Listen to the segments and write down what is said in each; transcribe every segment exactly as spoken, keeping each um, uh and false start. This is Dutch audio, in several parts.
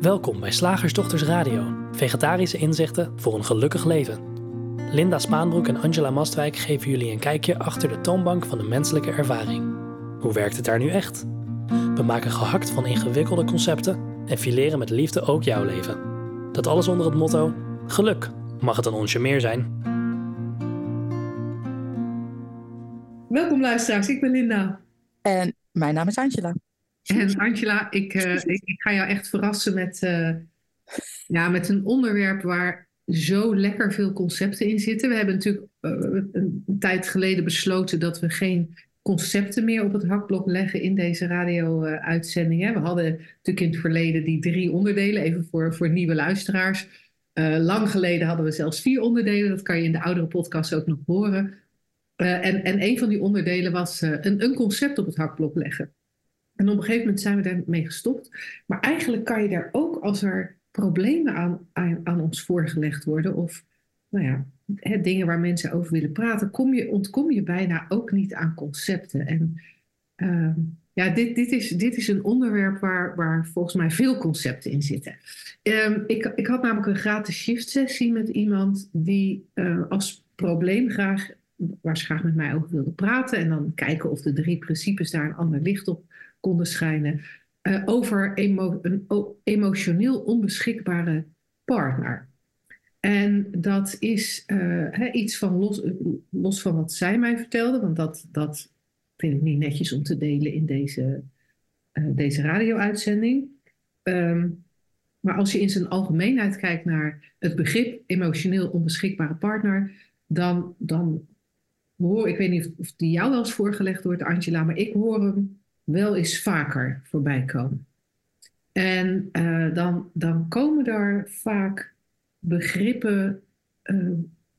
Welkom bij Slagersdochters Radio, vegetarische inzichten voor een gelukkig leven. Linda Spaanbroek en Angela Mastwijk geven jullie een kijkje achter de toonbank van de menselijke ervaring. Hoe werkt het daar nu echt? We maken gehakt van ingewikkelde concepten en fileren met liefde ook jouw leven. Dat alles onder het motto: geluk, mag het een onsje meer zijn? Welkom luisteraars, ik ben Linda. En mijn naam is Angela. En Angela, ik, uh, ik, ik ga jou echt verrassen met, uh, ja, met een onderwerp waar zo lekker veel concepten in zitten. We hebben natuurlijk uh, een tijd geleden besloten dat we geen concepten meer op het hakblok leggen in deze radio-uitzendingen. We hadden natuurlijk in het verleden die drie onderdelen, even voor, voor nieuwe luisteraars. Uh, lang geleden hadden we zelfs vier onderdelen, dat kan je in de oudere podcast ook nog horen. Uh, en, en een van die onderdelen was uh, een, een concept op het hakblok leggen. En op een gegeven moment zijn we daarmee gestopt. Maar eigenlijk kan je daar ook, als er problemen aan, aan, aan ons voorgelegd worden, of nou ja, hè, dingen waar mensen over willen praten, kom je, ontkom je bijna ook niet aan concepten. En uh, ja, dit, dit, is, dit is een onderwerp waar, waar volgens mij veel concepten in zitten. Um, ik, ik had namelijk een gratis shift sessie met iemand die uh, als probleem graag, waar ze graag met mij over wilde praten. En dan kijken of de drie principes daar een ander licht op konden schijnen, uh, over emo- een o- emotioneel onbeschikbare partner. En dat is uh, he, iets van los, los van wat zij mij vertelde, want dat, dat vind ik niet netjes om te delen in deze, uh, deze radio-uitzending. Um, maar als je in zijn algemeenheid kijkt naar het begrip emotioneel onbeschikbare partner, dan, dan hoor ik, weet niet of, of die jou wel eens voorgelegd wordt, Angela, maar ik hoor hem wel eens vaker voorbij komen. En uh, dan, dan komen daar vaak begrippen uh,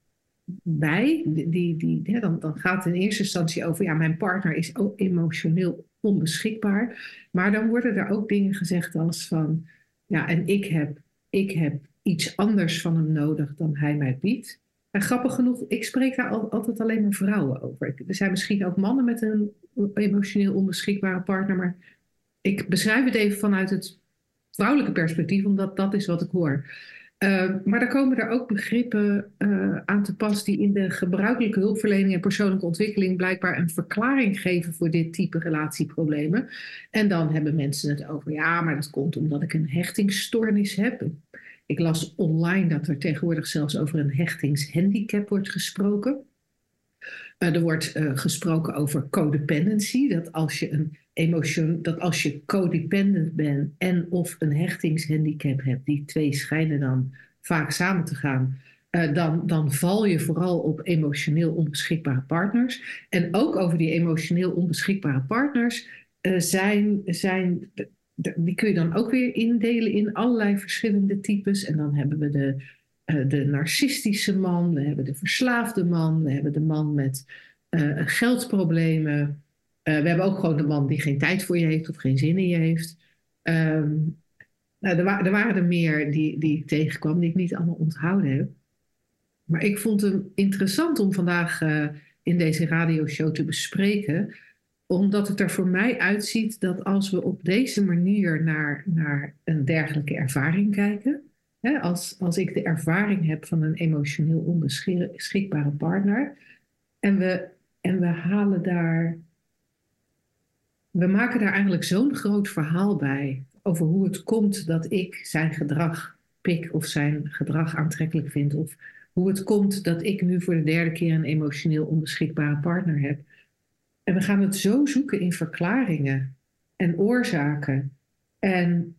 bij. Die, die, die, ja, dan, dan gaat het in eerste instantie over, ja, mijn partner is ook emotioneel onbeschikbaar. Maar dan worden er ook dingen gezegd als van, ja, en ik heb, ik heb iets anders van hem nodig dan hij mij biedt. En grappig genoeg, ik spreek daar al, altijd alleen maar vrouwen over. Er zijn misschien ook mannen met een emotioneel onbeschikbare partner, maar ik beschrijf het even vanuit het vrouwelijke perspectief, omdat dat is wat ik hoor. Uh, maar daar komen er ook begrippen uh, aan te pas die in de gebruikelijke hulpverlening en persoonlijke ontwikkeling blijkbaar een verklaring geven voor dit type relatieproblemen. En dan hebben mensen het over, ja, maar dat komt omdat ik een hechtingsstoornis heb. Ik las online dat er tegenwoordig zelfs over een hechtingshandicap wordt gesproken. Uh, er wordt uh, gesproken over codependency. Dat als je een emotion, dat als je codependent bent en of een hechtingshandicap hebt, die twee schijnen dan vaak samen te gaan, uh, dan, dan val je vooral op emotioneel onbeschikbare partners. En ook over die emotioneel onbeschikbare partners uh, zijn, zijn, die kun je dan ook weer indelen in allerlei verschillende types. En dan hebben we de Uh, de narcistische man, we hebben de verslaafde man, we hebben de man met uh, geldproblemen. Uh, we hebben ook gewoon de man die geen tijd voor je heeft of geen zin in je heeft. Um, nou, er, wa- er waren er meer die, die ik tegenkwam, die ik niet allemaal onthouden heb. Maar ik vond het interessant om vandaag uh, in deze radioshow te bespreken, omdat het er voor mij uitziet dat als we op deze manier naar, naar een dergelijke ervaring kijken, He, als, als ik de ervaring heb van een emotioneel onbeschikbare partner en we, en we halen daar, we maken daar eigenlijk zo'n groot verhaal bij over hoe het komt dat ik zijn gedrag pik of zijn gedrag aantrekkelijk vind, of hoe het komt dat ik nu voor de derde keer een emotioneel onbeschikbare partner heb. En we gaan het zo zoeken in verklaringen en oorzaken en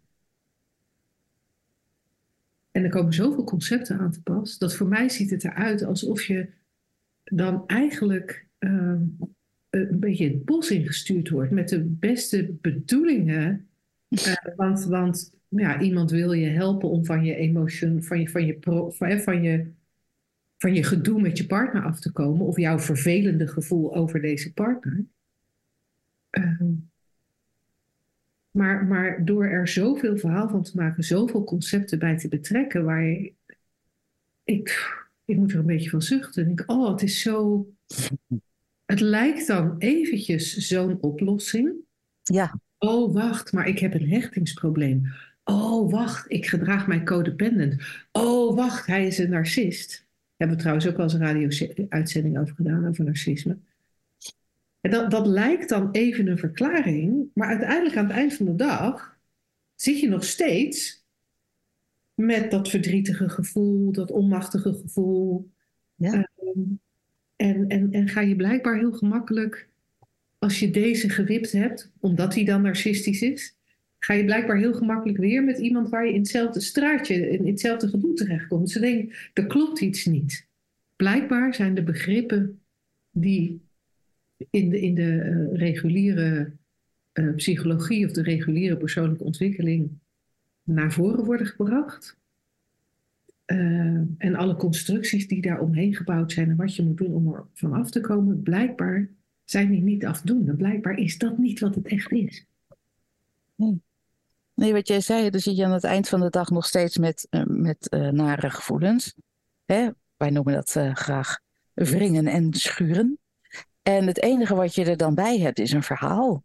En er komen zoveel concepten aan te pas, dat voor mij ziet het eruit alsof je dan eigenlijk uh, een beetje het bos ingestuurd wordt met de beste bedoelingen. Uh, want want ja, iemand wil je helpen om van je emotion, van je, van, je pro, van, van, je, van je gedoe met je partner af te komen, of jouw vervelende gevoel over deze partner. Uh, Maar, maar door er zoveel verhaal van te maken, zoveel concepten bij te betrekken, waar je, ik, ik moet er een beetje van zuchten. Ik denk, oh, het is zo. Het lijkt dan eventjes zo'n oplossing. Ja. Oh, wacht, maar ik heb een hechtingsprobleem. Oh, wacht, ik gedraag mij codependent. Oh, wacht, hij is een narcist. Hebben we trouwens ook wel eens een radio-uitzending over gedaan, over narcisme. En dat, dat lijkt dan even een verklaring, maar uiteindelijk aan het eind van de dag zit je nog steeds met dat verdrietige gevoel, dat onmachtige gevoel. Ja. Um, en, en, en ga je blijkbaar heel gemakkelijk, als je deze gewipt hebt, omdat hij dan narcistisch is, ga je blijkbaar heel gemakkelijk weer met iemand waar je in hetzelfde straatje, in hetzelfde gedoe terechtkomt. Ze denken, er klopt iets niet. Blijkbaar zijn de begrippen die in de, in de uh, reguliere uh, psychologie of de reguliere persoonlijke ontwikkeling naar voren worden gebracht. Uh, en alle constructies die daar omheen gebouwd zijn en wat je moet doen om er van af te komen, blijkbaar zijn die niet afdoende. Blijkbaar is dat niet wat het echt is. Nee, nee wat jij zei, dan zit je aan het eind van de dag nog steeds met, uh, met uh, nare gevoelens. Hè? Wij noemen dat uh, graag wringen en schuren. En het enige wat je er dan bij hebt is een verhaal.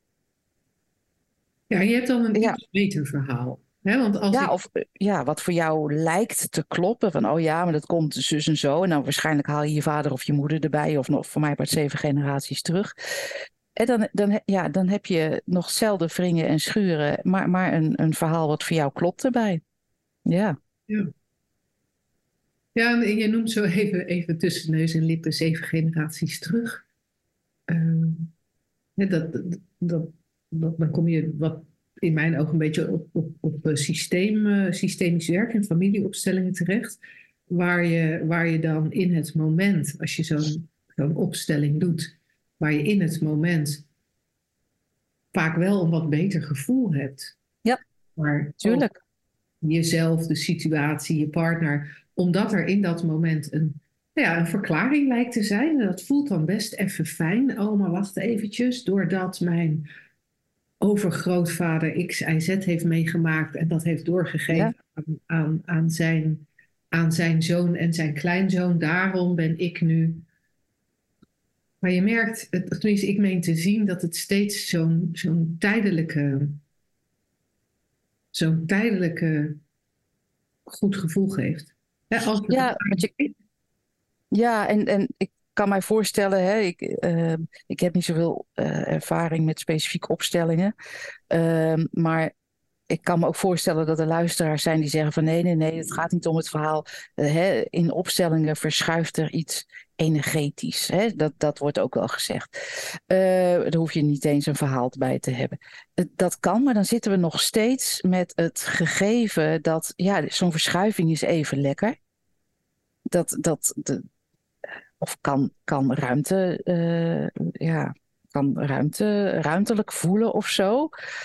Ja, je hebt dan een ja. iets beter verhaal. Hè? Want als ja, ik... of ja, wat voor jou lijkt te kloppen. Van oh ja, maar dat komt zus en zo. En dan waarschijnlijk haal je je vader of je moeder erbij. Of nog voor mij part zeven generaties terug. En dan, dan, ja, dan heb je nog zelden wringen en schuren. Maar, maar een, een verhaal wat voor jou klopt erbij. Ja. Ja. Ja, en je noemt zo even, even tussen neus en lippen zeven generaties terug. Uh, dat, dat, dat, dat, dan kom je wat in mijn ogen een beetje op, op, op systeem, uh, systemisch werk en familieopstellingen terecht. Waar je, waar je dan in het moment, als je zo'n, zo'n opstelling doet, waar je in het moment vaak wel een wat beter gevoel hebt. Ja, maar tuurlijk. Jezelf, de situatie, je partner, omdat er in dat moment een, ja, een verklaring lijkt te zijn. En dat voelt dan best even fijn. Oh, maar wacht eventjes. Doordat mijn overgrootvader X, Y, Z heeft meegemaakt en dat heeft doorgegeven ja. aan, aan, aan, zijn, aan zijn zoon en zijn kleinzoon. Daarom ben ik nu... Maar je merkt, tenminste ik meen te zien, dat het steeds zo'n, zo'n tijdelijke... zo'n tijdelijke goed gevoel geeft. Hè, als ja, want je, ja en, en ik kan mij voorstellen, hè, ik, uh, ik heb niet zoveel uh, ervaring met specifieke opstellingen, uh, maar ik kan me ook voorstellen dat er luisteraars zijn die zeggen van nee, nee, nee, het gaat niet om het verhaal. Uh, hè, in opstellingen verschuift er iets energetisch. Hè? Dat, dat wordt ook wel gezegd. Uh, daar hoef je niet eens een verhaal bij te hebben. Uh, dat kan, maar dan zitten we nog steeds met het gegeven dat ja, zo'n verschuiving is even lekker. Dat, dat de, of kan, kan ruimte, uh, ja, kan ruimte, ruimtelijk voelen of zo.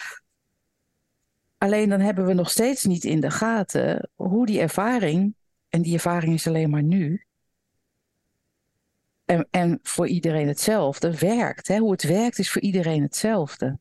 Alleen dan hebben we nog steeds niet in de gaten hoe die ervaring, en die ervaring is alleen maar nu, en, en voor iedereen hetzelfde, werkt. Hè? Hoe het werkt is voor iedereen hetzelfde.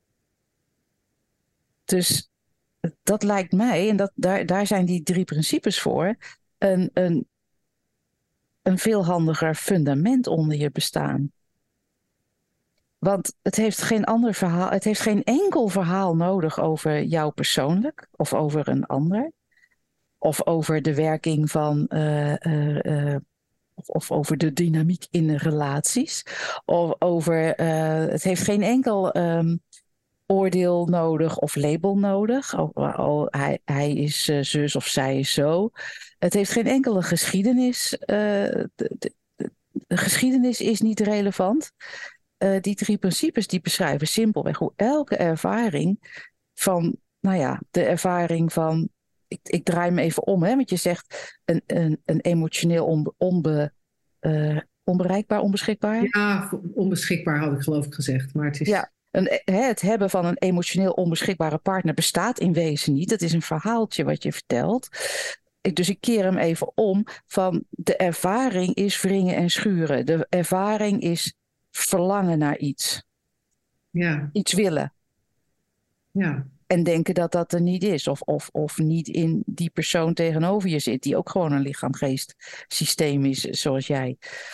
Dus dat lijkt mij, en dat, daar, daar zijn die drie principes voor, een, een, een veel handiger fundament onder je bestaan. Want het heeft geen ander verhaal, het heeft geen enkel verhaal nodig over jou persoonlijk of over een ander. Of over de werking van, uh, uh, uh, of, of over de dynamiek in relaties. Of over, uh, het heeft geen enkel um, oordeel nodig of label nodig. Oh, oh, hij, hij is uh, zus of zij is zo. Het heeft geen enkele geschiedenis. Uh, de, de, de geschiedenis is niet relevant. Uh, die drie principes die beschrijven simpelweg hoe elke ervaring van, nou ja, de ervaring van, ik, ik draai me even om, hè, want je zegt een, een, een emotioneel onbe, onbe, uh, onbereikbaar, onbeschikbaar. Ja, onbeschikbaar had ik geloof ik gezegd, maar het is... Ja, een, het hebben van een emotioneel onbeschikbare partner bestaat in wezen niet. Het is een verhaaltje wat je vertelt. Ik, dus ik keer hem even om van de ervaring is wringen en schuren. De ervaring is verlangen naar iets. Ja. Iets willen. Ja. En denken dat dat er niet is. Of, of, of niet in die persoon tegenover je zit. Die ook gewoon een lichaam-geest systeem is. Zoals jij.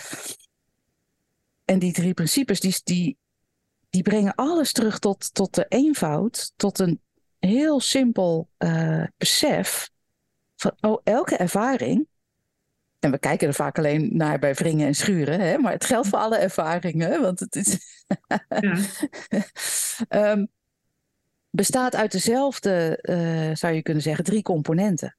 En die drie principes. Die, die, die brengen alles terug tot, tot de eenvoud. Tot een, heel simpel uh, besef van oh, elke ervaring, en we kijken er vaak alleen naar bij wringen en schuren, hè, maar het geldt voor alle ervaringen, want het is Ja. um, bestaat uit dezelfde, uh, zou je kunnen zeggen, drie componenten.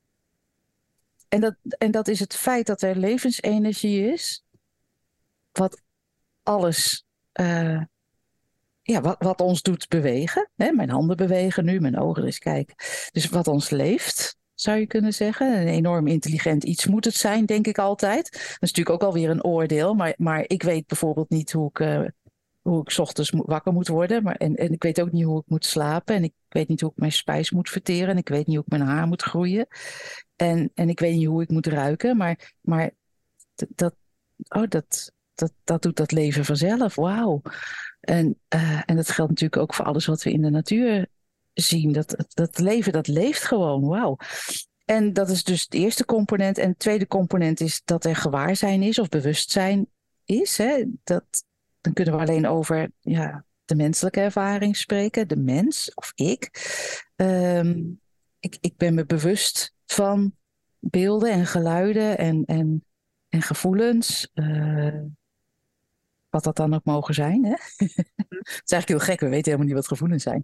En dat, en dat is het feit dat er levensenergie is, wat alles, uh, ja, wat, wat ons doet bewegen. Hè? Mijn handen bewegen nu, mijn ogen eens kijken. Dus wat ons leeft, zou je kunnen zeggen. Een enorm intelligent iets moet het zijn, denk ik altijd. Dat is natuurlijk ook alweer een oordeel, maar, maar ik weet bijvoorbeeld niet hoe ik, uh, hoe ik 's ochtends wakker moet worden. Maar, en, en ik weet ook niet hoe ik moet slapen. En ik weet niet hoe ik mijn spijs moet verteren. En ik weet niet hoe ik mijn haar moet groeien. En, en ik weet niet hoe ik moet ruiken. Maar, maar dat, oh, dat, dat, dat doet dat leven vanzelf. Wauw. En, uh, en dat geldt natuurlijk ook voor alles wat we in de natuur zien. Dat, dat leven, dat leeft gewoon. Wauw. En dat is dus de eerste component. En de tweede component is dat er gewaarzijn is of bewustzijn is. Hè? Dat, dan kunnen we alleen over ja, de menselijke ervaring spreken. De mens of ik. Um, ik. Ik ben me bewust van beelden en geluiden en, en, en gevoelens. Uh, wat dat dan ook mogen zijn. Hè? Het is eigenlijk heel gek. We weten helemaal niet wat gevoelens zijn.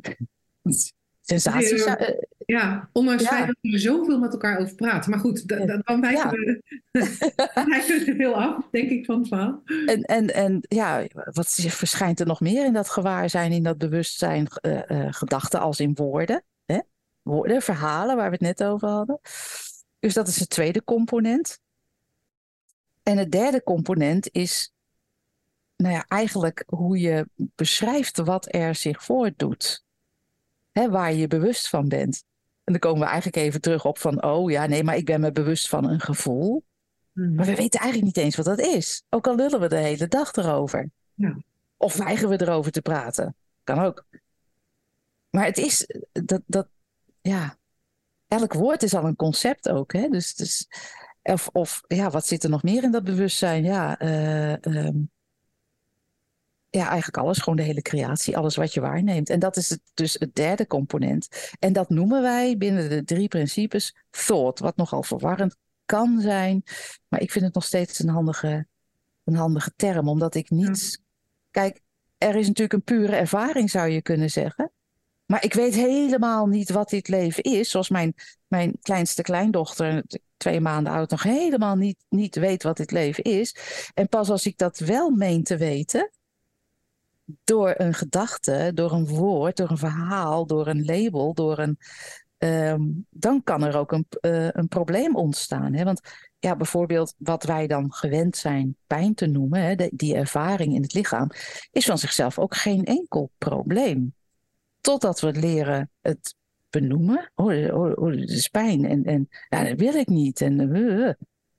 Sensaties. Ja, ja, ondanks het ja. feit dat we er zoveel met elkaar over praten. Maar goed, d- d- dan wijken ja. we, we te veel af, denk ik, van het verhaal. En, en, en ja, wat verschijnt er nog meer in dat gewaarzijn, in dat bewustzijn? Uh, uh, gedachten als in woorden. Hè? Woorden, verhalen, waar we het net over hadden. Dus dat is de tweede component. En het derde component is, nou ja, eigenlijk hoe je beschrijft wat er zich voordoet. Hè, waar je je bewust van bent. En dan komen we eigenlijk even terug op van, oh ja, nee, maar ik ben me bewust van een gevoel. Hmm. Maar we weten eigenlijk niet eens wat dat is. Ook al lullen we de hele dag erover. Ja. Of weigeren we erover te praten. Kan ook. Maar het is, dat, dat, ja, elk woord is al een concept ook. Hè? Dus, dus, of, of ja, wat zit er nog meer in dat bewustzijn? Ja, uh, um, Ja, eigenlijk alles. Gewoon de hele creatie. Alles wat je waarneemt. En dat is het, dus het derde component. En dat noemen wij binnen de drie principes thought. Wat nogal verwarrend kan zijn. Maar ik vind het nog steeds een handige, een handige term. Omdat ik niet... Ja. Kijk, er is natuurlijk een pure ervaring, zou je kunnen zeggen. Maar ik weet helemaal niet wat dit leven is. Zoals mijn, mijn kleinste kleindochter, twee maanden oud, nog helemaal niet, niet weet wat dit leven is. En pas als ik dat wel meen te weten... door een gedachte, door een woord, door een verhaal, door een label, door een... Um, dan kan er ook een, uh, een probleem ontstaan. Hè? Want ja, bijvoorbeeld wat wij dan gewend zijn pijn te noemen, hè, de, die ervaring in het lichaam, is van zichzelf ook geen enkel probleem. Totdat we leren het benoemen. Oh, oh, oh dit is pijn. En, en ja, dat wil ik niet. En, uh.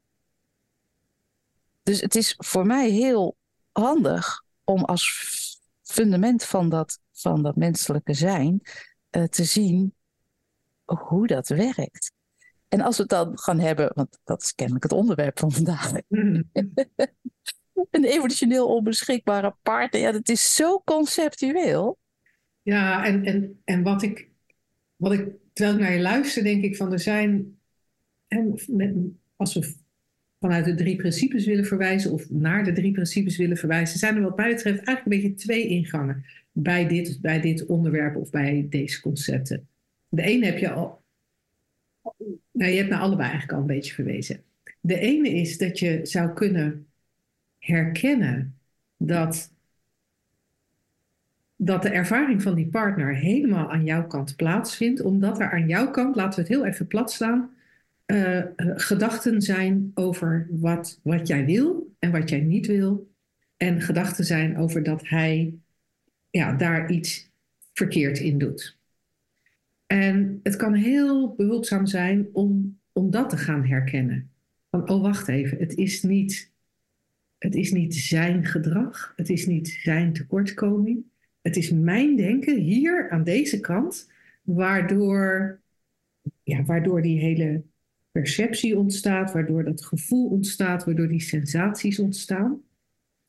Dus het is voor mij heel handig om als fundament van dat, van dat menselijke zijn uh, te zien hoe dat werkt. En als we het dan gaan hebben, want dat is kennelijk het onderwerp van vandaag. Mm. Een emotioneel onbeschikbare partner, ja, dat is zo conceptueel. Ja, en, en, en wat ik, wat ik, terwijl ik naar je luister, denk ik van er zijn, en met, als we vanuit de drie principes willen verwijzen of naar de drie principes willen verwijzen, zijn er wat mij betreft eigenlijk een beetje twee ingangen bij dit, bij dit onderwerp of bij deze concepten. De ene heb je al, nou je hebt naar allebei eigenlijk al een beetje verwezen. De ene is dat je zou kunnen herkennen dat, dat de ervaring van die partner helemaal aan jouw kant plaatsvindt, omdat er aan jouw kant, laten we het heel even plat slaan, Uh, uh, gedachten zijn over wat, wat jij wil en wat jij niet wil. En gedachten zijn over dat hij ja, daar iets verkeerd in doet. En het kan heel behulpzaam zijn om, om dat te gaan herkennen. Van, oh wacht even, het is niet, het is niet zijn gedrag. Het is niet zijn tekortkoming. Het is mijn denken hier aan deze kant, waardoor, ja, waardoor die hele perceptie ontstaat, waardoor dat gevoel ontstaat, waardoor die sensaties ontstaan.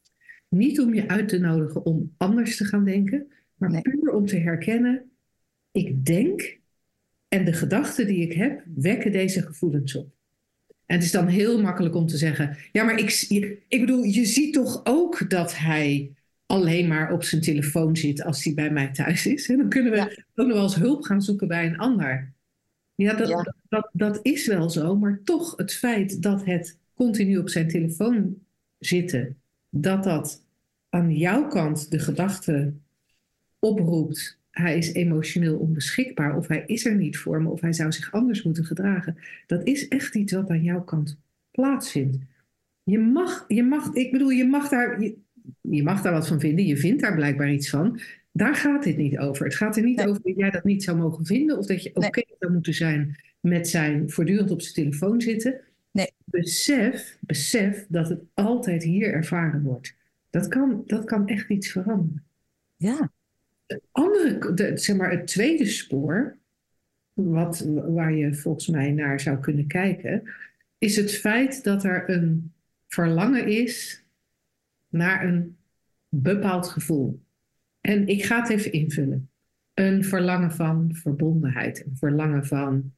Niet om je uit te nodigen om anders te gaan denken, maar nee. puur om te herkennen, ik denk en de gedachten die ik heb, wekken deze gevoelens op. En het is dan heel makkelijk om te zeggen, ja, maar ik, ik bedoel, je ziet toch ook dat hij alleen maar op zijn telefoon zit als hij bij mij thuis is. En dan kunnen we ja. ook nog wel eens hulp gaan zoeken bij een ander. Ja, dat, ja. Dat, dat, dat is wel zo, maar toch het feit dat het continu op zijn telefoon zitten, dat dat aan jouw kant de gedachte oproept, hij is emotioneel onbeschikbaar, of hij is er niet voor me, of hij zou zich anders moeten gedragen. Dat is echt iets wat aan jouw kant plaatsvindt. Je mag, je mag, ik bedoel, je mag daar, je, je mag daar wat van vinden, je vindt daar blijkbaar iets van. Daar gaat dit niet over. Het gaat er niet nee. over dat jij dat niet zou mogen vinden, of dat je oké okay nee. zou moeten zijn met zijn voortdurend op zijn telefoon zitten. Nee. Besef, besef dat het altijd hier ervaren wordt. Dat kan, dat kan echt iets veranderen. Ja. Het andere, de, zeg maar het tweede spoor, wat, waar je volgens mij naar zou kunnen kijken, is het feit dat er een verlangen is naar een bepaald gevoel. En ik ga het even invullen. Een verlangen van verbondenheid, een verlangen van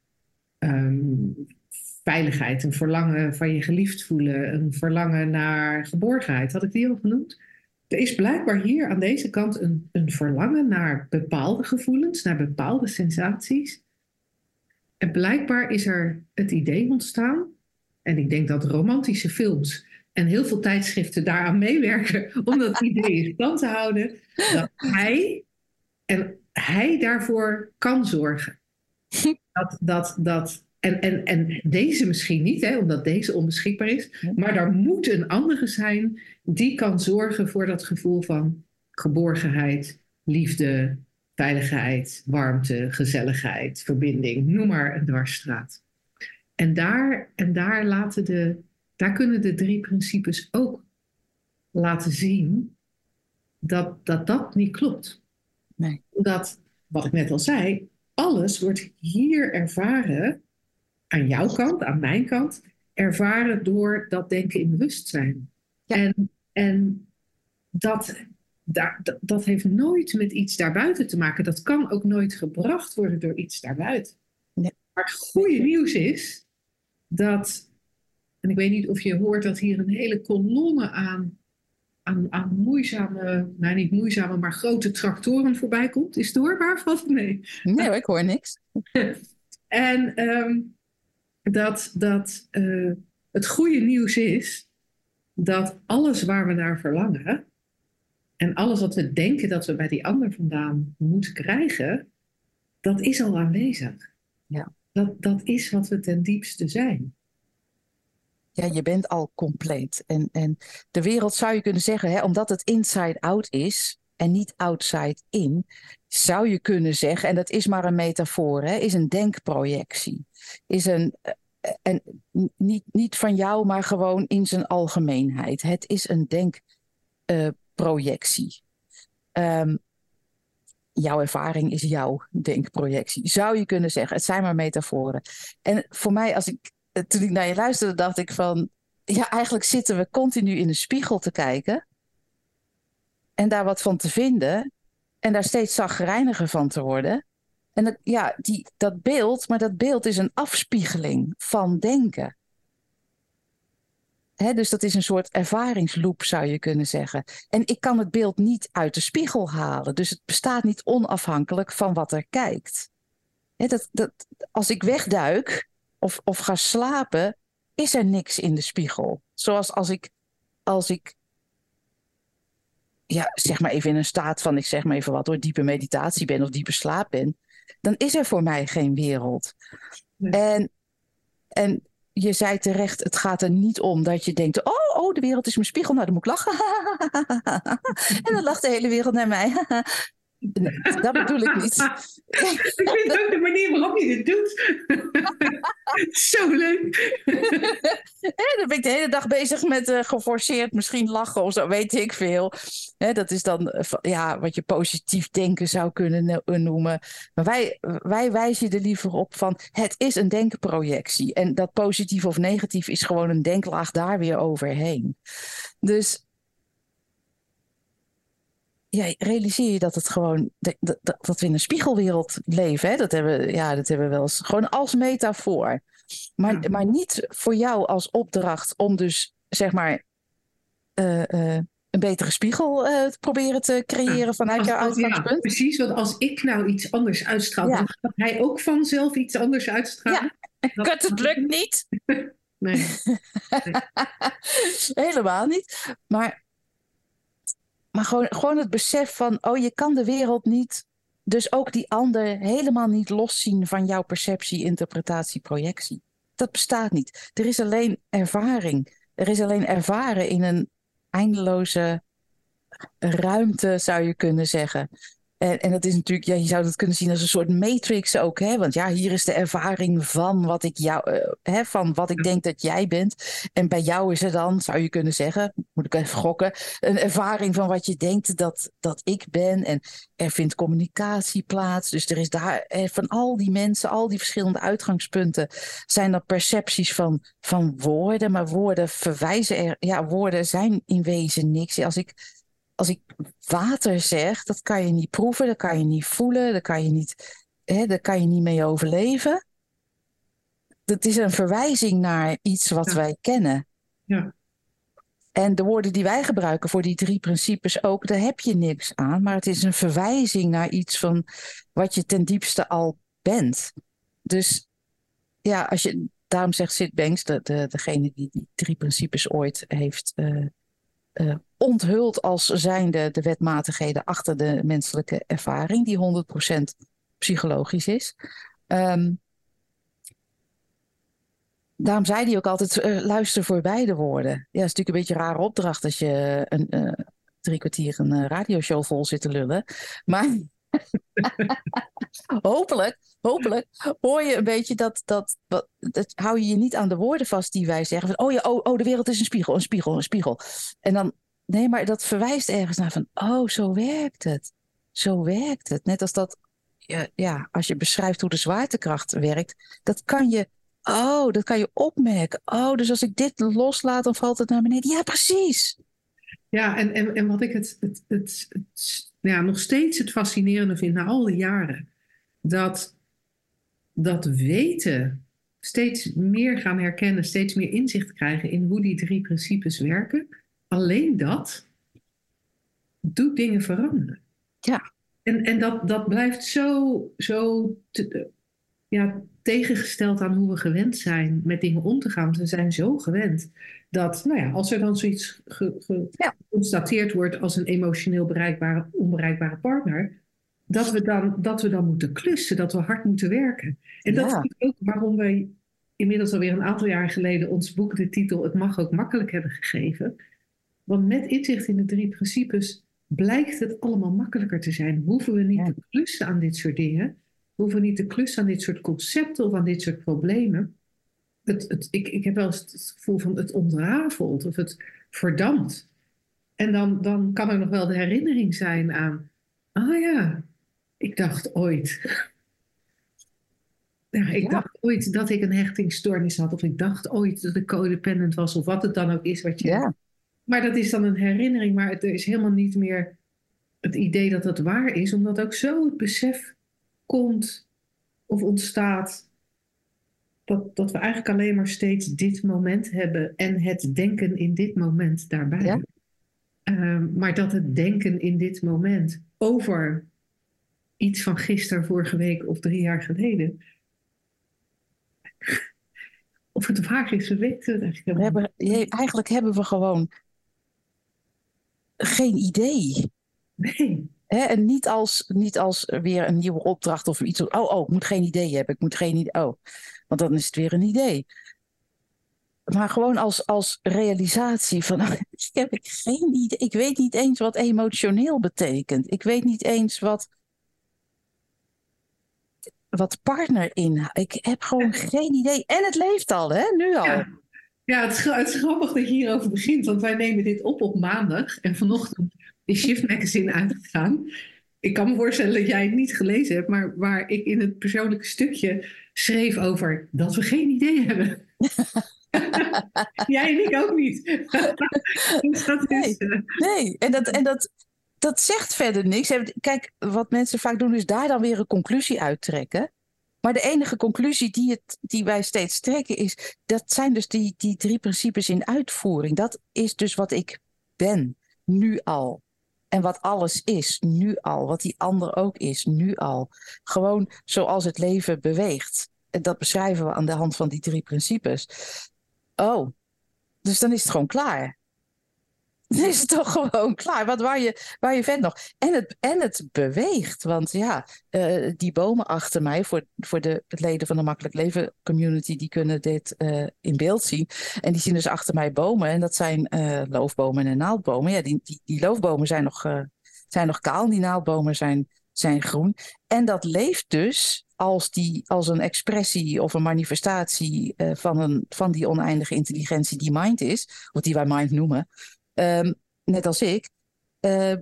um, veiligheid, een verlangen van je geliefd voelen, een verlangen naar geborgenheid. Had ik die al genoemd? Er is blijkbaar hier aan deze kant een, een verlangen naar bepaalde gevoelens, naar bepaalde sensaties. En blijkbaar is er het idee ontstaan, en ik denk dat romantische films en heel veel tijdschriften daaraan meewerken om dat idee in stand te houden, dat hij, en hij daarvoor kan zorgen. Dat, dat, dat, en, en, en deze misschien niet, hè, omdat deze onbeschikbaar is, maar er moet een andere zijn die kan zorgen voor dat gevoel van geborgenheid, liefde, veiligheid, warmte, gezelligheid, verbinding, noem maar een dwarsstraat. En daar, en daar, laten de, daar kunnen de drie principes ook laten zien dat dat, dat niet klopt. Nee. Dat, wat ik net al zei, alles wordt hier ervaren, aan jouw kant, aan mijn kant, ervaren door dat denken in bewustzijn. Ja. En, en dat, dat, dat heeft nooit met iets daarbuiten te maken. Dat kan ook nooit gebracht worden door iets daarbuiten. Nee. Maar het goede nieuws is dat, en ik weet niet of je hoort dat hier een hele kolonne aan, aan, aan moeizame, nou niet moeizame, maar grote tractoren voorbij komt. Is het hoorbaar? Valt het mee? Nee hoor, ik hoor niks. En um, dat, dat uh, het goede nieuws is dat alles waar we naar verlangen en alles wat we denken dat we bij die ander vandaan moeten krijgen, dat is al aanwezig. Ja. Dat, dat is wat we ten diepste zijn. Ja, je bent al compleet. En, en de wereld zou je kunnen zeggen, hè, omdat het inside out is en niet outside in, zou je kunnen zeggen, en dat is maar een metafoor, hè, is een denkprojectie. Is een, en niet, niet van jou, maar gewoon in zijn algemeenheid. Het is een denkprojectie. Uh, um, jouw ervaring is jouw denkprojectie. Zou je kunnen zeggen, het zijn maar metaforen. En voor mij, als ik, toen ik naar je luisterde, dacht ik van, ja, eigenlijk zitten we continu in de spiegel te kijken en daar wat van te vinden en daar steeds chagrijniger van te worden. En dat, ja, die, dat beeld, maar dat beeld is een afspiegeling van denken. Hè, dus dat is een soort ervaringsloop, zou je kunnen zeggen. En ik kan het beeld niet uit de spiegel halen. Dus het bestaat niet onafhankelijk van wat er kijkt. Hè, dat, dat, als ik wegduik of, of ga slapen, is er niks in de spiegel. Zoals als ik, als ik ja, zeg maar even in een staat van, ik zeg maar even wat hoor, diepe meditatie ben of diepe slaap ben, dan is er voor mij geen wereld. Nee. En, en je zei terecht, het gaat er niet om dat je denkt, oh, oh, de wereld is mijn spiegel, nou dan moet ik lachen. En dan lacht de hele wereld naar mij. Dat bedoel ik niet. Ik vind ook de manier waarop je dit doet zo leuk. Ja, dan ben ik de hele dag bezig met uh, geforceerd misschien lachen of zo, weet ik veel. Hè, dat is dan uh, ja, wat je positief denken zou kunnen noemen. Maar wij, wij wijzen je er liever op van, het is een denkprojectie. En dat positief of negatief is gewoon een denklaag daar weer overheen. Dus ja, realiseer je dat het gewoon dat, dat, dat we in een spiegelwereld leven. Hè? Dat hebben, ja, dat hebben we wel eens gewoon als metafoor. Maar, Ja. maar niet voor jou als opdracht om dus zeg maar uh, uh, een betere spiegel uh, te proberen te creëren Ja. vanuit Als- jouw als- uitgangspunt. Ja, precies, want als ik nou iets anders uitstraal, Ja. dan gaat hij ook vanzelf iets anders uitstralen. Dat- Kut, het lukt niet. Nee. Helemaal niet. Maar, maar gewoon, gewoon het besef van, oh, je kan de wereld niet, dus ook die ander helemaal niet loszien van jouw perceptie, interpretatie, projectie. Dat bestaat niet. Er is alleen ervaring. Er is alleen ervaren in een eindeloze ruimte, zou je kunnen zeggen. En, en dat is natuurlijk, ja, je zou dat kunnen zien als een soort matrix ook, hè? Want ja, hier is de ervaring van wat ik jou, uh, hè, van wat ik denk dat jij bent. En bij jou is er dan, zou je kunnen zeggen, moet ik even gokken, een ervaring van wat je denkt dat, dat ik ben. En er vindt communicatie plaats. Dus er is daar, eh, van al die mensen, al die verschillende uitgangspunten, zijn er percepties van, van woorden. Maar woorden verwijzen er, ja, woorden zijn in wezen niks. Als ik Als ik water zeg, dat kan je niet proeven, dat kan je niet voelen, dat kan je niet, hè, daar kan je niet mee overleven. Dat is een verwijzing naar iets wat Ja. wij kennen. Ja. En de woorden die wij gebruiken voor die drie principes ook, daar heb je niks aan. Maar het is een verwijzing naar iets van wat je ten diepste al bent. Dus ja, als je, daarom zegt Sid Banks, de, de, degene die die drie principes ooit heeft uh, uh, onthuld als zijnde de wetmatigheden achter de menselijke ervaring, die honderd procent psychologisch is. Um, daarom zei hij ook altijd, uh, luister voor beide woorden. Ja, dat is natuurlijk een beetje een rare opdracht als je een, uh, drie kwartier een uh, radioshow vol zit te lullen. Maar hopelijk, hopelijk hoor je een beetje dat, dat, dat, dat hou je je niet aan de woorden vast die wij zeggen. Van, oh ja, oh, oh, de wereld is een spiegel, een spiegel, een spiegel. En dan, nee, maar dat verwijst ergens naar van, oh, zo werkt het. Zo werkt het. Net als dat, ja, ja, als je beschrijft hoe de zwaartekracht werkt, dat kan je, oh, dat kan je opmerken. Oh, dus als ik dit loslaat, dan valt het naar beneden. Ja, precies. Ja, en, en, en wat ik het, het, het, het ja, nog steeds het fascinerende vind na al die jaren, dat dat weten, steeds meer gaan herkennen, steeds meer inzicht krijgen in hoe die drie principes werken, alleen dat doet dingen veranderen. Ja. En, en dat, dat blijft zo, zo te, ja, tegengesteld aan hoe we gewend zijn met dingen om te gaan. Want we zijn zo gewend dat, nou ja, als er dan zoiets ge, ge, ja. geconstateerd wordt als een emotioneel bereikbare, onbereikbare partner, dat we, dan, dat we dan moeten klussen, dat we hard moeten werken. En dat Ja. is ook waarom wij inmiddels alweer een aantal jaar geleden ons boek de titel Het mag ook makkelijk hebben gegeven. Want met inzicht in de drie principes blijkt het allemaal makkelijker te zijn. Hoeven we niet Ja. te klussen aan dit soort dingen. Hoeven we niet te klussen aan dit soort concepten of aan dit soort problemen. Het, het, ik, ik heb wel eens het gevoel van het ontrafelt of het verdampt. En dan, dan kan er nog wel de herinnering zijn aan, ah ja, ik dacht ooit. Ja, ik Ja. dacht ooit dat ik een hechtingsstoornis had. Of ik dacht ooit dat ik codependent was. Of wat het dan ook is wat je... Ja. Maar dat is dan een herinnering. Maar er is helemaal niet meer het idee dat dat waar is. Omdat ook zo het besef komt of ontstaat dat, dat we eigenlijk alleen maar steeds dit moment hebben en het denken in dit moment daarbij. Ja. Um, maar dat het denken in dit moment over iets van gisteren, vorige week of drie jaar geleden, of het waar is, we weten het eigenlijk We hebben, je- eigenlijk hebben we gewoon geen idee. Nee. Hè? En niet als, niet als weer een nieuwe opdracht of iets. Oh, oh, ik moet geen idee hebben. Ik moet geen idee. Oh, want dan is het weer een idee. Maar gewoon als, als realisatie van, ik heb ik geen idee. Ik weet niet eens wat emotioneel betekent. Ik weet niet eens wat, wat partner inhoudt. Ik heb gewoon geen idee. En het leeft al, hè? Nu al. Ja, ja het, is, het is grappig dat je hierover begint, want wij nemen dit op op maandag en vanochtend is Shift Magazine uitgegaan. Ik kan me voorstellen dat jij het niet gelezen hebt, maar waar ik in het persoonlijke stukje schreef over dat we geen idee hebben. Jij en ik ook niet. Dus dat is, Nee, nee. En, dat, en dat, dat zegt verder niks. Kijk, wat mensen vaak doen is daar dan weer een conclusie uittrekken. Maar de enige conclusie die, het, die wij steeds trekken is... dat zijn dus die, die drie principes in uitvoering. Dat is dus wat ik ben, nu al. En wat alles is, nu al. Wat die ander ook is, nu al. Gewoon zoals het leven beweegt. En dat beschrijven we aan de hand van die drie principes. Oh, dus dan is het gewoon klaar. Dan is het toch gewoon klaar. Want waar je, waar je vet nog. En het, en het beweegt. Want ja, uh, die bomen achter mij, voor, voor de leden van de Makkelijk Leven community, die kunnen dit uh, in beeld zien. En die zien dus achter mij bomen. En dat zijn uh, loofbomen en naaldbomen. Ja, die, die, die loofbomen zijn nog, uh, zijn nog kaal. En die naaldbomen zijn, zijn groen. En dat leeft dus als, die, als een expressie of een manifestatie uh, van, een, van die oneindige intelligentie die mind is. Of die wij mind noemen. Um, net als ik. Uh,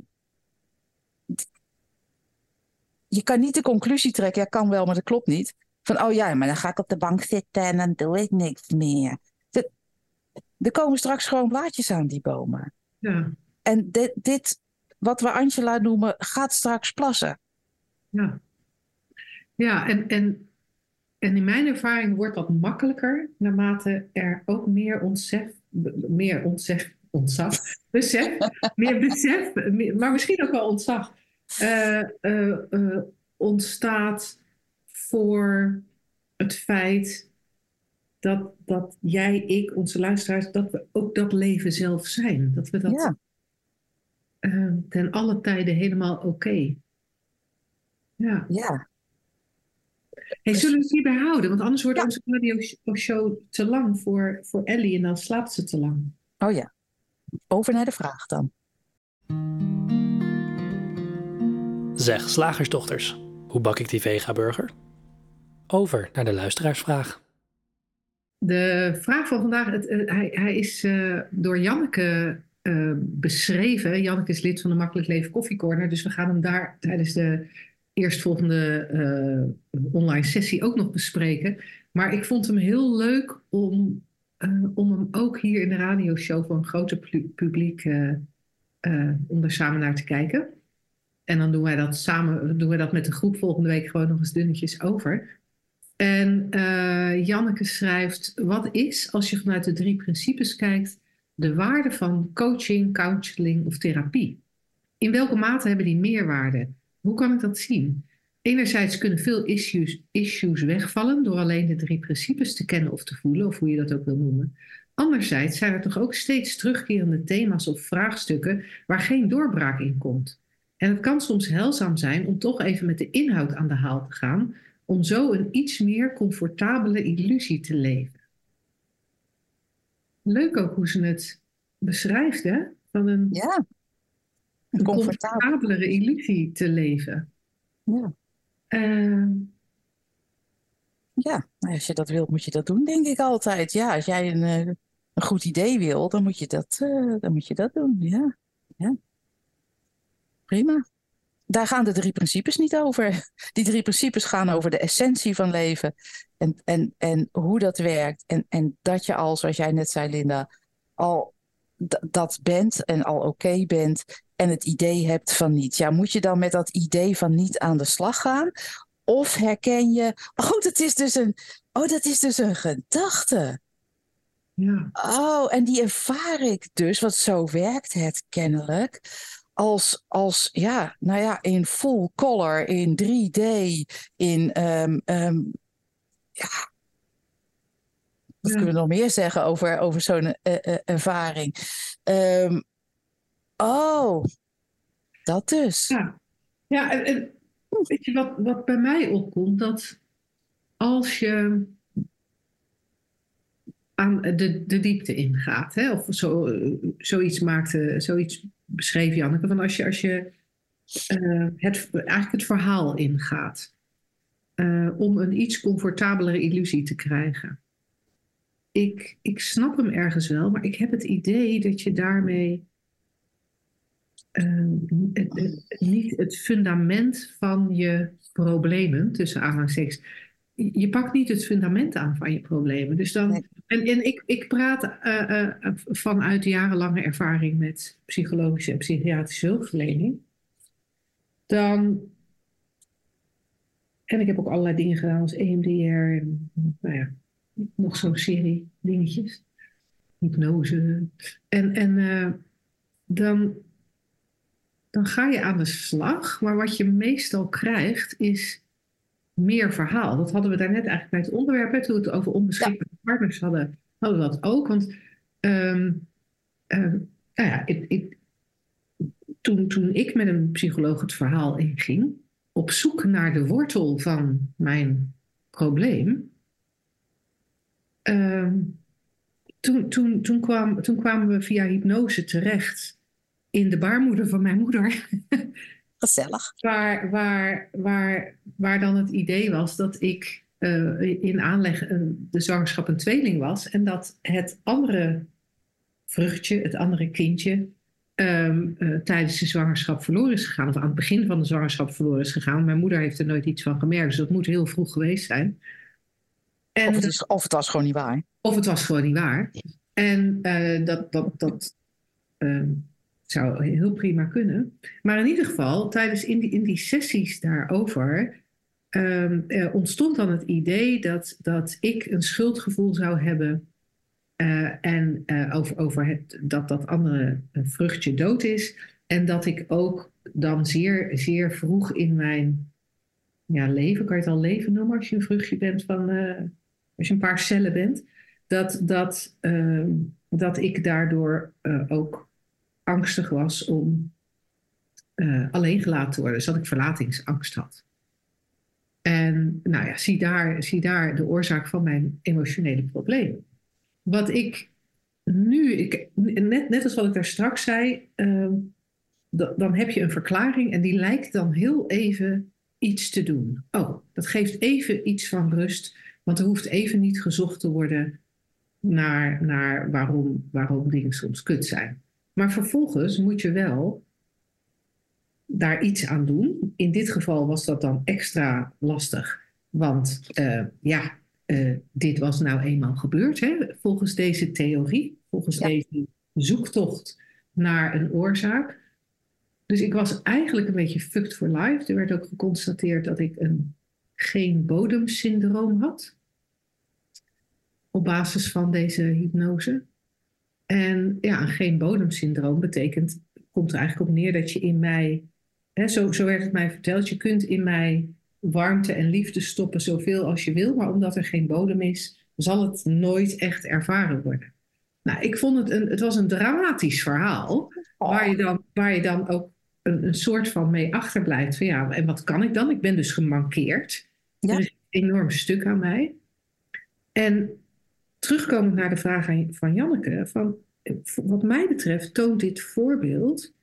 je kan niet de conclusie trekken. Ja, kan wel, maar dat klopt niet. Van, oh ja, maar dan ga ik op de bank zitten en dan doe ik niks meer. De, er komen straks gewoon blaadjes aan die bomen. Ja. En dit, dit, wat we Angela noemen, gaat straks plassen. Ja, ja en, en, en in mijn ervaring wordt dat makkelijker naarmate er ook meer ontzef, meer ontzef, ontzag, besef, meer besef, meer, maar misschien ook wel ontzag, uh, uh, uh, ontstaat voor het feit dat, dat jij, ik, onze luisteraars, dat we ook dat leven zelf zijn. Dat we dat ja. uh, ten alle tijden helemaal oké. Okay. Ja. ja. Hey, zullen we het hierbij houden? Want anders wordt ja. onze radioshow te lang voor, voor Ellie en dan slaapt ze te lang. Oh ja. Over naar de vraag dan. Zeg, slagersdochters, hoe bak ik die vega-burger? Over naar de luisteraarsvraag. De vraag van vandaag, het, uh, hij, hij is uh, door Janneke uh, beschreven. Janneke is lid van de Makkelijk Leven Koffiecorner, dus we gaan hem daar tijdens de eerstvolgende uh, online sessie ook nog bespreken. Maar ik vond hem heel leuk om... Uh, om hem ook hier in de radioshow voor een groter pu- publiek uh, uh, om er samen naar te kijken. En dan doen wij dat samen, doen wij dat met de groep volgende week gewoon nog eens dunnetjes over. En uh, Janneke schrijft, wat is, als je vanuit de drie principes kijkt, de waarde van coaching, counseling of therapie? In welke mate hebben die meerwaarde? Hoe kan ik dat zien? Enerzijds kunnen veel issues, issues wegvallen door alleen de drie principes te kennen of te voelen, of hoe je dat ook wil noemen. Anderzijds zijn er toch ook steeds terugkerende thema's of vraagstukken waar geen doorbraak in komt. En het kan soms heilzaam zijn om toch even met de inhoud aan de haal te gaan, om zo een iets meer comfortabele illusie te leven. Leuk ook hoe ze het beschrijft, hè? Van een, ja, een, een comfortabelere illusie te leven. Ja. Uh, ja, als je dat wilt, moet je dat doen, denk ik altijd. Ja, als jij een, een goed idee wil, dan moet je dat, uh, dan moet je dat doen. Ja. ja, prima. Daar gaan de drie principes niet over. Die drie principes gaan over de essentie van leven. En, en, en hoe dat werkt. En, en dat je al, zoals jij net zei, Linda, al d- dat bent en al oké okay bent. En het idee hebt van niet. Ja, moet je dan met dat idee van niet aan de slag gaan? Of herken je, oh, dat is dus een, oh, dat is dus een gedachte. Ja. Oh, en die ervaar ik dus, want zo werkt het kennelijk. Als, als ja, nou ja, in full color, in drie D, in, um, um, ja, wat ja. kunnen we nog meer zeggen over, over zo'n uh, uh, ervaring? Um, oh, dat dus. Ja, ja en, en weet je wat, wat bij mij opkomt? Dat als je aan de, de diepte ingaat, hè, of zo, zoiets maakte, zoiets beschreef Janneke, van als je, als je uh, het, eigenlijk het verhaal ingaat, uh, om een iets comfortabelere illusie te krijgen. Ik, ik snap hem ergens wel, maar ik heb het idee dat je daarmee uh, het, het, niet het fundament van je problemen, tussen aanhalingstekens, je pakt niet het fundament aan van je problemen. Dus dan, nee. En, en ik, ik praat uh, uh, vanuit jarenlange ervaring met psychologische en psychiatrische hulpverlening. dan... En ik heb ook allerlei dingen gedaan als E M D R en nou ja, nog zo'n serie dingetjes. Hypnose. En, en uh, dan, dan ga je aan de slag, maar wat je meestal krijgt is meer verhaal. Dat hadden we daarnet eigenlijk bij het onderwerp, hè, toen we het over onbeschikbare ja. partners hadden, hadden we dat ook. Want um, um, nou ja, ik, ik, toen, toen ik met een psycholoog het verhaal inging, op zoek naar de wortel van mijn probleem, um, toen, toen, toen, kwam, toen kwamen we via hypnose terecht in de baarmoeder van mijn moeder. Gezellig. Waar, waar, waar, waar dan het idee was dat ik uh, in aanleg uh, de zwangerschap een tweeling was. En dat het andere vruchtje, het andere kindje, um, uh, tijdens de zwangerschap verloren is gegaan. Of aan het begin van de zwangerschap verloren is gegaan. Mijn moeder heeft er nooit iets van gemerkt. Dus dat moet heel vroeg geweest zijn. En of, het is, of het was gewoon niet waar. Of het was gewoon niet waar. En uh, dat... dat, dat uh, zou heel prima kunnen. Maar in ieder geval, tijdens in die, in die sessies daarover um, uh, ontstond dan het idee dat, dat ik een schuldgevoel zou hebben uh, en uh, over, over het, dat dat andere vruchtje dood is. En dat ik ook dan zeer, zeer vroeg in mijn ja, leven, kan je het al leven noemen als je een vruchtje bent van, uh, als je een paar cellen bent, dat, dat, uh, dat ik daardoor uh, ook angstig was om uh, alleen gelaten te worden. Dus dat ik verlatingsangst had. En nou ja, zie daar, zie daar de oorzaak van mijn emotionele probleem. Wat ik nu, ik, net, net als wat ik daar straks zei, uh, d- dan heb je een verklaring en die lijkt dan heel even iets te doen. Oh, dat geeft even iets van rust, want er hoeft even niet gezocht te worden naar, naar waarom, waarom dingen soms kut zijn. Maar vervolgens moet je wel daar iets aan doen. In dit geval was dat dan extra lastig. Want uh, ja, uh, dit was nou eenmaal gebeurd. Hè? Volgens deze theorie. Volgens ja. deze zoektocht naar een oorzaak. Dus ik was eigenlijk een beetje fucked for life. Er werd ook geconstateerd dat ik een geen bodemsyndroom had. Op basis van deze hypnose. En ja, een geen bodemsyndroom betekent, komt er eigenlijk op neer dat je in mij, hè, zo, zo werd het mij verteld, je kunt in mij warmte en liefde stoppen zoveel als je wil, maar omdat er geen bodem is, zal het nooit echt ervaren worden. Nou, ik vond het een, het was een dramatisch verhaal, waar je dan, waar je dan ook een, een soort van mee achterblijft van ja, en wat kan ik dan? Ik ben dus gemankeerd. Ja. Er is een enorm stuk aan mij. En terugkomend naar de vraag van Janneke, van, wat mij betreft toont dit voorbeeld,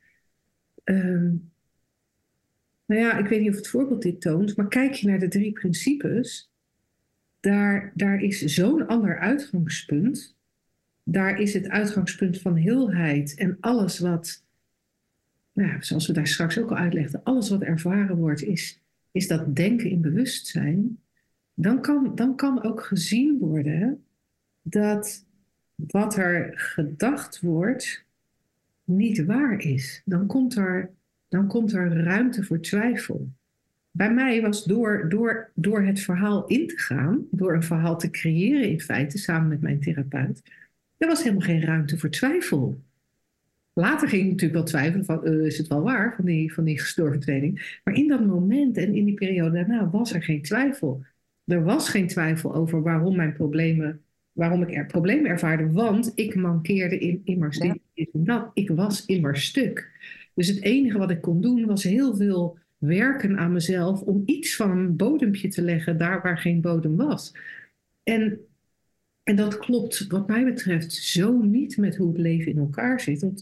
um, nou ja, ik weet niet of het voorbeeld dit toont, maar kijk je naar de drie principes, daar, daar is zo'n ander uitgangspunt. Daar is het uitgangspunt van heelheid en alles wat, nou ja, zoals we daar straks ook al uitlegden, alles wat ervaren wordt, is, is dat denken in bewustzijn. Dan kan, dan kan ook gezien worden dat wat er gedacht wordt niet waar is. Dan komt er, dan komt er ruimte voor twijfel. Bij mij was door, door, door het verhaal in te gaan, door een verhaal te creëren in feite, samen met mijn therapeut, er was helemaal geen ruimte voor twijfel. Later ging ik natuurlijk wel twijfelen van, uh, is het wel waar, van die, van die gestorven tweeling. Maar in dat moment en in die periode daarna was er geen twijfel. Er was geen twijfel over waarom mijn problemen, waarom ik er problemen ervaarde, want ik mankeerde in, immers ja. dit en dat. Ik was immers stuk. Dus het enige wat ik kon doen was heel veel werken aan mezelf om iets van een bodempje te leggen daar waar geen bodem was. En, en dat klopt wat mij betreft zo niet met hoe het leven in elkaar zit. Want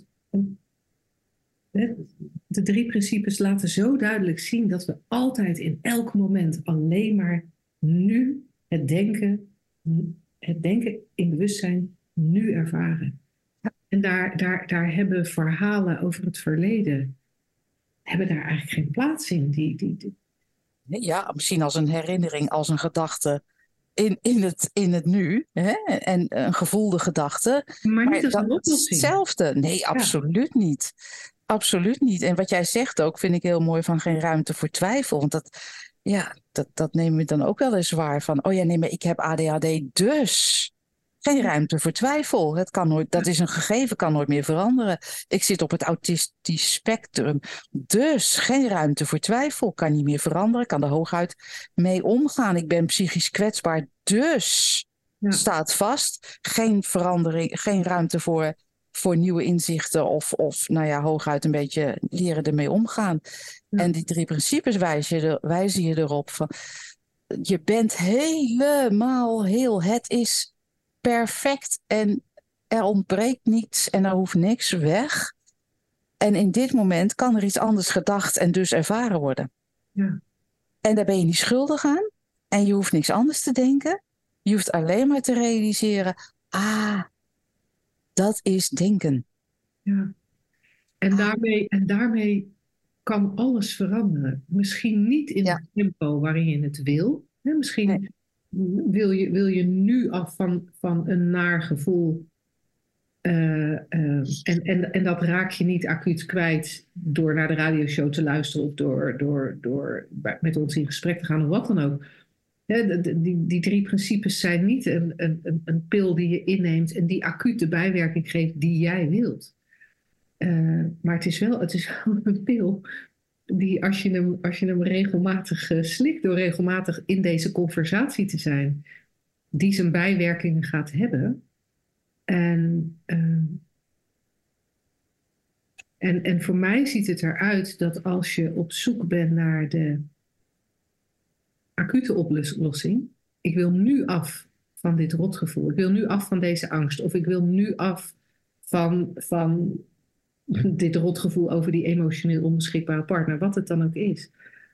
de drie principes laten zo duidelijk zien dat we altijd in elk moment alleen maar nu het denken, het denken in bewustzijn nu ervaren. En daar, daar, daar hebben verhalen over het verleden, hebben daar eigenlijk geen plaats in. Die, die, die... Ja, misschien als een herinnering, als een gedachte in, in, het, in het nu. Hè? En een gevoelde gedachte. Maar niet als een oplossing. Hetzelfde. Nee, absoluut ja. niet. absoluut niet. En wat jij zegt ook, vind ik heel mooi van geen ruimte voor twijfel. Want dat, ja, dat, dat nemen we dan ook wel eens waar van, oh ja, nee, maar ik heb A D H D, dus geen ruimte voor twijfel. Het kan nooit, dat is een gegeven, kan nooit meer veranderen. Ik zit op het autistisch spectrum, dus geen ruimte voor twijfel. Kan niet meer veranderen, kan er hooguit mee omgaan. Ik ben psychisch kwetsbaar, dus Ja. staat vast. Geen verandering, geen ruimte voor, voor nieuwe inzichten of, of nou ja, hooguit een beetje leren ermee omgaan. Ja. En die drie principes wijzen je, er, wijzen je erop van, je bent helemaal heel, het is perfect en er ontbreekt niets en er hoeft niks weg. En in dit moment kan er iets anders gedacht en dus ervaren worden. Ja. En daar ben je niet schuldig aan en je hoeft niks anders te denken. Je hoeft alleen maar te realiseren, ah, dat is denken. Ja. En, daarmee, en daarmee kan alles veranderen. Misschien niet in Ja. het tempo waarin je het wil. Hè, misschien Nee. wil, je, wil je nu af van, van een naar gevoel. Uh, uh, en, en, en dat raak je niet acuut kwijt door naar de radioshow te luisteren of door, door, door met ons in gesprek te gaan of wat dan ook. Hè, de, de, die, die drie principes zijn niet een, een, een pil die je inneemt en die acuut de bijwerking geeft die jij wilt. Uh, maar het is wel, het is wel een pil die als je hem, als je hem regelmatig uh, slikt door regelmatig in deze conversatie te zijn, die zijn bijwerkingen gaat hebben. En, uh, en, en voor mij ziet het eruit dat als je op zoek bent naar de acute oplossing, ik wil nu af van dit rotgevoel, ik wil nu af van deze angst, of ik wil nu af van, van dit rotgevoel over die emotioneel onbeschikbare partner, wat het dan ook is.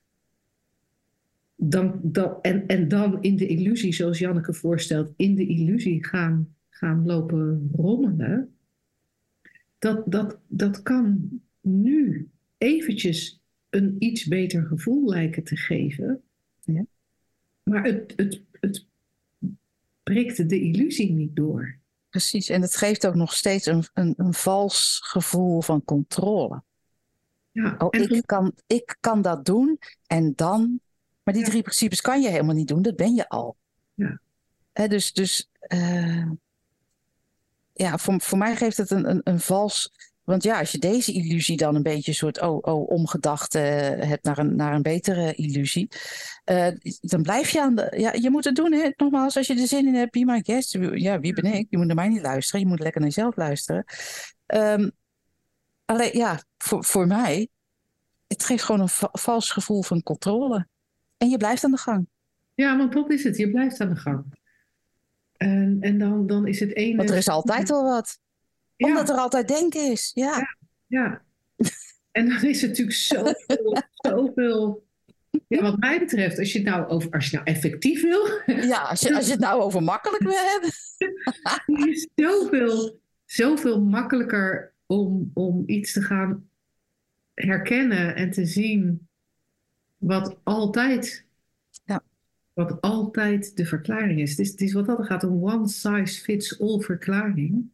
Dan, dan, en, en dan in de illusie, zoals Janneke voorstelt, in de illusie gaan, gaan lopen rommelen. Dat, dat, dat kan nu eventjes een iets beter gevoel lijken te geven. Ja. Maar het, het, het breekt de illusie niet door. Precies, en het geeft ook nog steeds een, een, een vals gevoel van controle. Ja, oh, en ik, kan, ik kan dat doen en dan... Maar die ja. drie principes kan je helemaal niet doen, dat ben je al. Ja. He, dus dus uh, ja, voor, voor mij geeft het een, een, een vals... Want ja, als je deze illusie dan een beetje een soort oh, oh, omgedacht uh, hebt naar een, naar een betere illusie, uh, dan blijf je aan de... Ja, je moet het doen, hè? Nogmaals, als je er zin in hebt, be my guest. Ja, wie ben ik? Je moet naar mij niet luisteren, je moet lekker naar jezelf luisteren. Um, alleen, ja, voor, voor mij, het geeft gewoon een va- vals gevoel van controle. En je blijft aan de gang. Ja, want dat is het, je blijft aan de gang. En, en dan, dan is het ene... Want er is altijd wel wat. Ja. Omdat er altijd denken is. Ja. Ja, ja. En dan is het natuurlijk zoveel, zoveel... Ja, wat mij betreft, als je het nou, over, als je nou effectief wil... Ja, als je, als je het nou over makkelijk wil hebben. Het is zoveel, zoveel makkelijker om, om iets te gaan herkennen en te zien wat altijd... Ja. Wat altijd de verklaring is. Het is, het is wat dat gaat, een one-size-fits-all verklaring.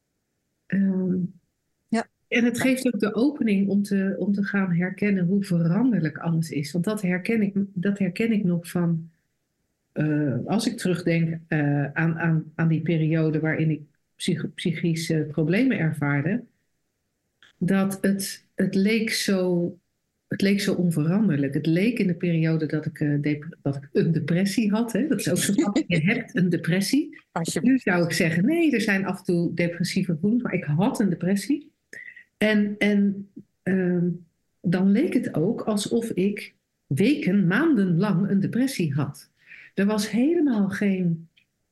Um, ja. En het geeft ook de opening om te, om te gaan herkennen hoe veranderlijk alles is. Want dat herken ik, dat herken ik nog van... Uh, als ik terugdenk uh, aan, aan, aan die periode waarin ik psych, psychische problemen ervaarde... dat het, het leek zo... Het leek zo onveranderlijk. Het leek in de periode dat ik, uh, dep- dat ik een depressie had. Hè? Dat is ook zo van, je hebt een depressie. Nu zou ik zeggen, nee, er zijn af en toe depressieve gevoelens, maar ik had een depressie. En, en uh, dan leek het ook alsof ik weken, maanden lang een depressie had. Er was helemaal geen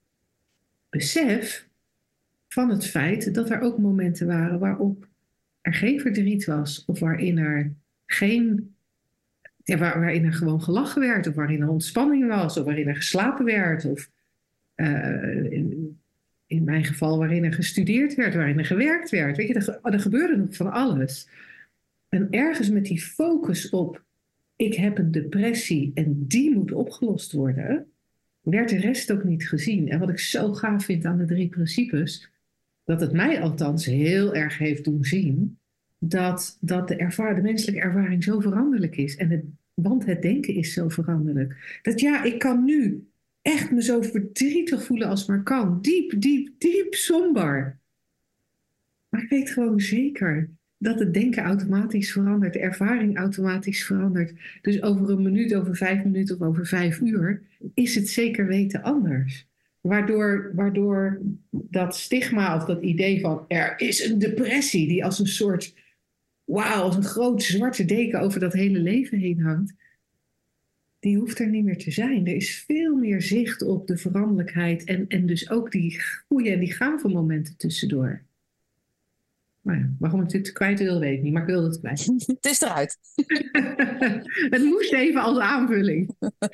besef van het feit dat er ook momenten waren waarop er geen verdriet was of waarin er geen, ja, waar, waarin er gewoon gelachen werd, of waarin er ontspanning was, of waarin er geslapen werd, of uh, in, in mijn geval waarin er gestudeerd werd, waarin er gewerkt werd. Weet je, er, er gebeurde nog van alles. En ergens met die focus op, ik heb een depressie en die moet opgelost worden, werd de rest ook niet gezien. En wat ik zo gaaf vind aan de drie principes, dat het mij althans heel erg heeft doen zien, dat, dat de, ervaar, de menselijke ervaring zo veranderlijk is. En het, want het denken is zo veranderlijk. Dat ja, ik kan nu echt me zo verdrietig voelen als maar kan. Diep, diep, diep somber. Maar ik weet gewoon zeker dat het denken automatisch verandert. De ervaring automatisch verandert. Dus over een minuut, over vijf minuten of over vijf uur is het zeker weten anders. Waardoor, waardoor dat stigma of dat idee van er is een depressie die als een soort, wauw, als een grote zwarte deken over dat hele leven heen hangt, die hoeft er niet meer te zijn. Er is veel meer zicht op de veranderlijkheid en, en dus ook die goede en die gave momenten tussendoor. Maar ja, waarom ik dit kwijt wil, weet ik niet, maar ik wil het kwijt. Het is eruit. Het moest even als aanvulling.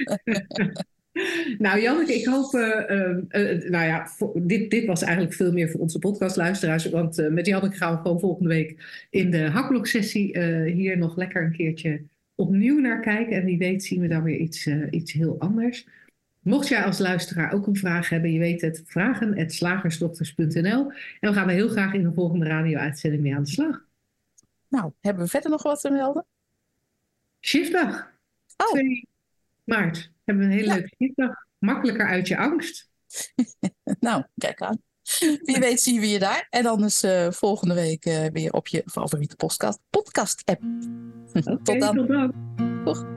Nou, Janneke, ik hoop... Uh, uh, uh, nou ja, voor, dit, dit was eigenlijk veel meer voor onze podcastluisteraars. Want uh, met Janneke gaan we gewoon volgende week in de hakblok-sessie uh, hier nog lekker een keertje opnieuw naar kijken. En wie weet zien we dan weer iets, uh, iets heel anders. Mocht jij als luisteraar ook een vraag hebben, je weet het, vragen at slagersdochters punt n l. En we gaan er heel graag in de volgende radio-uitzending mee aan de slag. Nou, hebben we verder nog wat te melden? Shiftdag. Oh. twee maart. Hebben we een hele Ja. leuke shiftdag. Makkelijker uit je angst. Nou, kijk aan. Wie weet zien we je daar. En anders uh, volgende week uh, weer op je favoriete podcast, podcast app. Okay, tot dan. Tot dan. Doeg.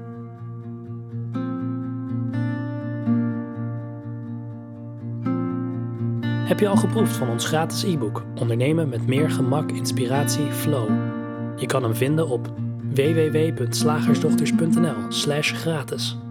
Heb je al geproefd van ons gratis e-book Ondernemen met meer gemak, inspiratie, flow? Je kan hem vinden op w w w punt slagersdochters punt n l slash gratis.